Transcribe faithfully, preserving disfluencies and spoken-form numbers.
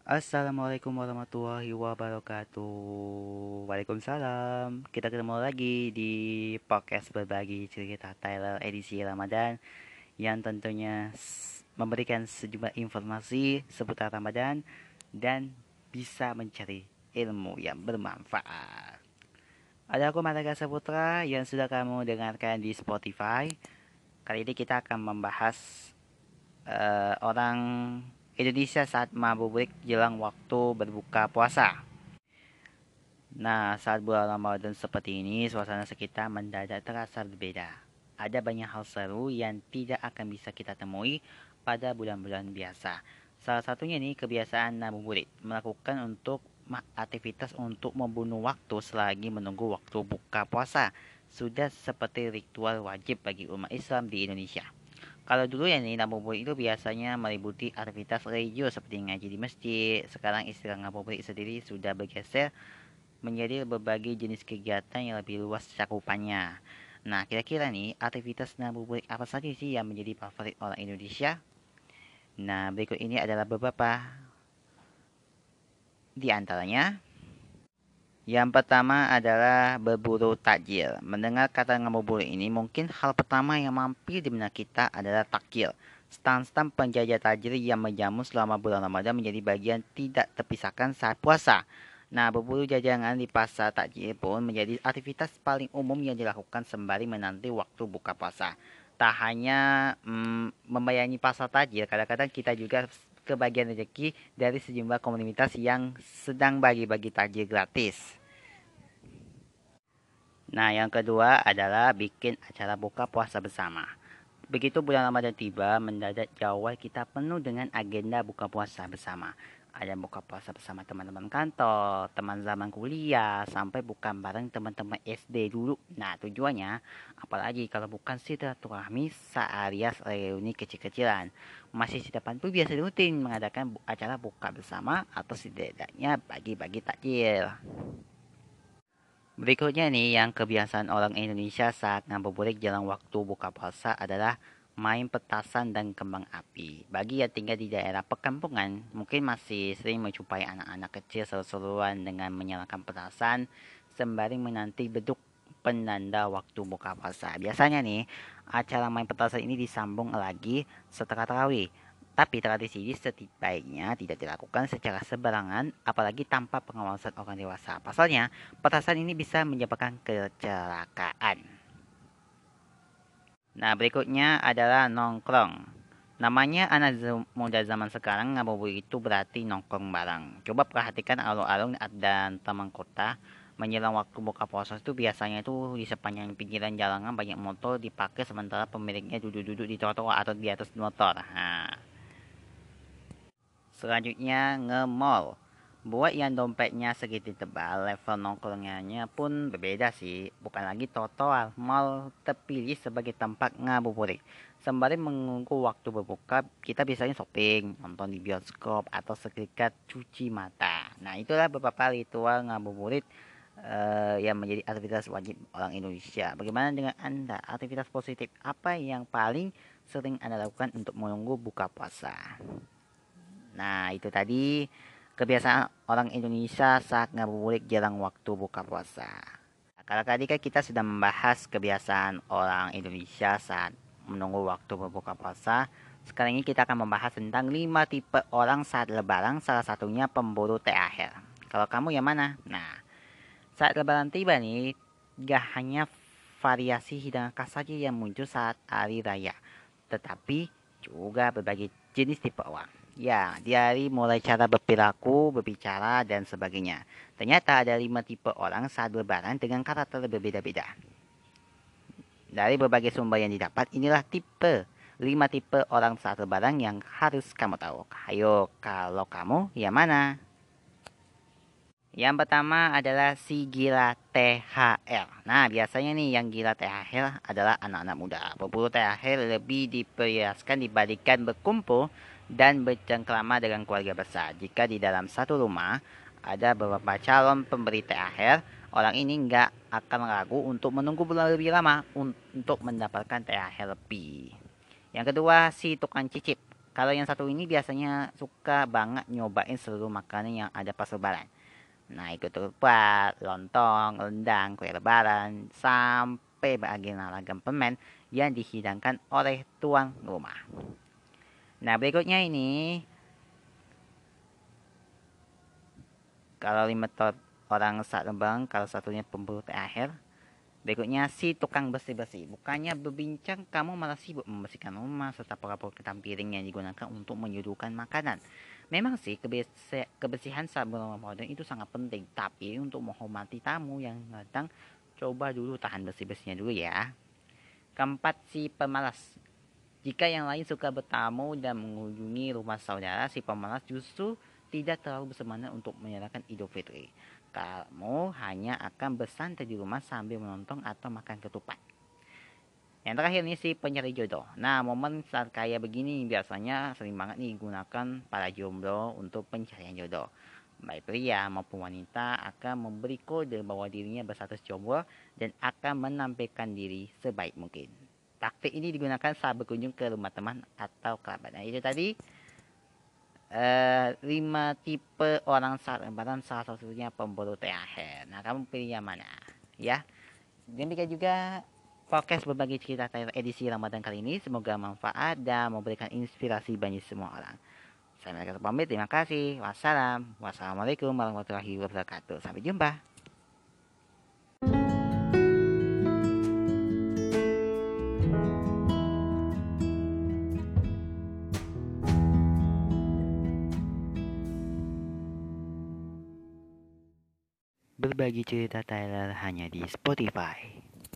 Assalamualaikum warahmatullahi wabarakatuh. Waalaikumsalam. Kita ketemu lagi di podcast berbagi cerita Tyler edisi Ramadan yang tentunya memberikan sejumlah informasi seputar Ramadan dan bisa mencari ilmu yang bermanfaat. Ada aku Mataga Saputra yang sudah kamu dengarkan di Spotify. Kali ini kita akan membahas eh, orang Indonesia saat ngabuburit jelang waktu berbuka puasa. Nah, saat bulan Ramadan seperti ini, suasana sekitar mendadak terasa berbeda. Ada banyak hal seru yang tidak akan bisa kita temui pada bulan-bulan biasa. Salah satunya nih kebiasaan ngabuburit, melakukan untuk aktivitas untuk membunuh waktu selagi menunggu waktu buka puasa. Sudah seperti ritual wajib bagi umat Islam di Indonesia. Kalau dulu ya nih ngabuburit itu biasanya meliputi aktivitas religius seperti ngaji di masjid. Sekarang istilah ngabuburit sendiri sudah bergeser menjadi berbagai jenis kegiatan yang lebih luas cakupannya. Nah, kira-kira nih aktivitas ngabuburit apa saja sih yang menjadi favorit orang Indonesia? Nah, berikut ini adalah beberapa di antaranya. Yang pertama adalah berburu takjil. Mendengar kata ngabuburit ini, mungkin hal pertama yang mampir di benak kita adalah takjil. Stand-stand penjajah takjil yang menjamu selama bulan Ramadan menjadi bagian tidak terpisahkan saat puasa. Nah, berburu jajangan di pasar takjil pun menjadi aktivitas paling umum yang dilakukan sembari menanti waktu buka puasa. Tak hanya mm, membayangi pasar takjil, kadang-kadang kita juga kebagian rezeki dari sejumlah komunitas yang sedang bagi-bagi takjil gratis. Nah, yang kedua adalah bikin acara buka puasa bersama. Begitu bulan Ramadan tiba, mendadak jadwal kita penuh dengan agenda buka puasa bersama. Ada buka puasa bersama teman-teman kantor, teman zaman kuliah, sampai bukan bareng teman-teman S D dulu. Nah, tujuannya apalagi kalau bukan silaturahmi alias reuni kecil-kecilan. Masih di depan pun biasa rutin mengadakan acara buka bersama atau setidaknya bagi-bagi takjil. Berikutnya nih, yang kebiasaan orang Indonesia saat ngabuburit jelang waktu buka puasa adalah main petasan dan kembang api. Bagi yang tinggal di daerah perkampungan, mungkin masih sering menjumpai anak-anak kecil seru-seruan dengan menyalakan petasan sembari menanti beduk penanda waktu buka puasa. Biasanya nih, acara main petasan ini disambung lagi setelah tarawih. Tapi tradisi ini setidaknya tidak dilakukan secara sembarangan, apalagi tanpa pengawasan orang dewasa. Pasalnya, petasan ini bisa menyebabkan kecelakaan. Nah, berikutnya adalah nongkrong. Namanya anak muda zaman sekarang ngabuburit itu berarti nongkrong bareng. Coba perhatikan alun-alun dan taman kota menjelang waktu buka puasa itu biasanya itu di sepanjang pinggiran jalanan banyak motor dipakai sementara pemiliknya duduk-duduk di trotoar atau di atas motor. Nah, selanjutnya nge-mall. Buat yang dompetnya segitu tebal, level nongkrongnya pun berbeda sih. Bukan lagi trotoar, mall terpilih sebagai tempat ngabuburit. Sembari menunggu waktu berbuka, kita biasanya shopping, nonton di bioskop, atau seketika cuci mata. Nah, itulah beberapa ritual ngabuburit eh, yang menjadi aktivitas wajib orang Indonesia. Bagaimana dengan Anda? Aktivitas positif apa yang paling sering Anda lakukan untuk menunggu buka puasa? Nah, itu tadi kebiasaan orang Indonesia saat ngabuburit jelang waktu buka puasa. Nah, kalau tadi kan kita sudah membahas kebiasaan orang Indonesia saat menunggu waktu berbuka puasa. Sekarang ini kita akan membahas tentang lima tipe orang saat lebaran, salah satunya pemburu T H R. Kalau kamu yang mana? Nah, saat lebaran tiba nih, gak hanya variasi hidangan khas saja yang muncul saat hari raya, tetapi juga berbagai jenis tipe orang. Ya, dari mulai cara berperilaku, berbicara, dan sebagainya. Ternyata ada lima tipe orang saat lebaran dengan karakter berbeda-beda. Dari berbagai sumber yang didapat, inilah tipe lima tipe orang saat lebaran yang harus kamu tahu. Ayo, kalau kamu yang mana? Yang pertama adalah si gila T H R. Nah, biasanya nih yang gila T H R adalah anak-anak muda. Berburu T H R lebih diprioritaskan dibandingkan berkumpul dan bercengkrama dengan keluarga besar. Jika di dalam satu rumah ada beberapa calon pemberi T H R, orang ini nggak akan ragu untuk menunggu bulan lebih lama untuk mendapatkan T H R lebih. Yang kedua, si tukang cicip. Kalau yang satu ini biasanya suka banget nyobain seluruh makanan yang ada pas lebaran. Nah, ikut ketupat, lontong, rendang, kue lebaran, sampai bagian ragam permen yang dihidangkan oleh tuan rumah. Nah, berikutnya ini, kalau lima orang saat lebaran, kalau satunya pemburu terakhir. Berikutnya si tukang bersih-bersih. Bukannya berbincang, kamu malah sibuk membersihkan rumah serta pola-pola piring yang digunakan untuk menyuguhkan makanan. Memang sih kebersihan saat bulan Ramadan itu sangat penting, tapi untuk menghormati tamu yang datang, coba dulu tahan bersih-bersihnya dulu ya. Keempat, si pemalas. Jika yang lain suka bertamu dan mengunjungi rumah saudara, si pemalas justru tidak terlalu bersemangat untuk menyalakan Idul Fitri. Kamu hanya akan bersantai di rumah sambil menonton atau makan ketupat. Yang terakhir nih si pencari jodoh. Nah, momen saat kayak begini biasanya sering banget nih digunakan para jomblo untuk pencarian jodoh. Baik pria maupun wanita akan memberi kode bahwa dirinya berstatus jomblo dan akan menampilkan diri sebaik mungkin. Taktik ini digunakan saat berkunjung ke rumah teman atau kerabat. Nah, itu tadi eh, lima tipe orang saat lebaran, salah satunya pemburu T H R. Nah, kamu pilih yang mana? Ya. Demikian juga podcast berbagi cerita Thailand edisi Ramadan kali ini. Semoga manfaat dan memberikan inspirasi bagi semua orang. Saya Mereka pamit. Terima kasih. Wassalam. Wassalamualaikum warahmatullahi wabarakatuh. Sampai jumpa. Berbagi cerita Thailand hanya di Spotify.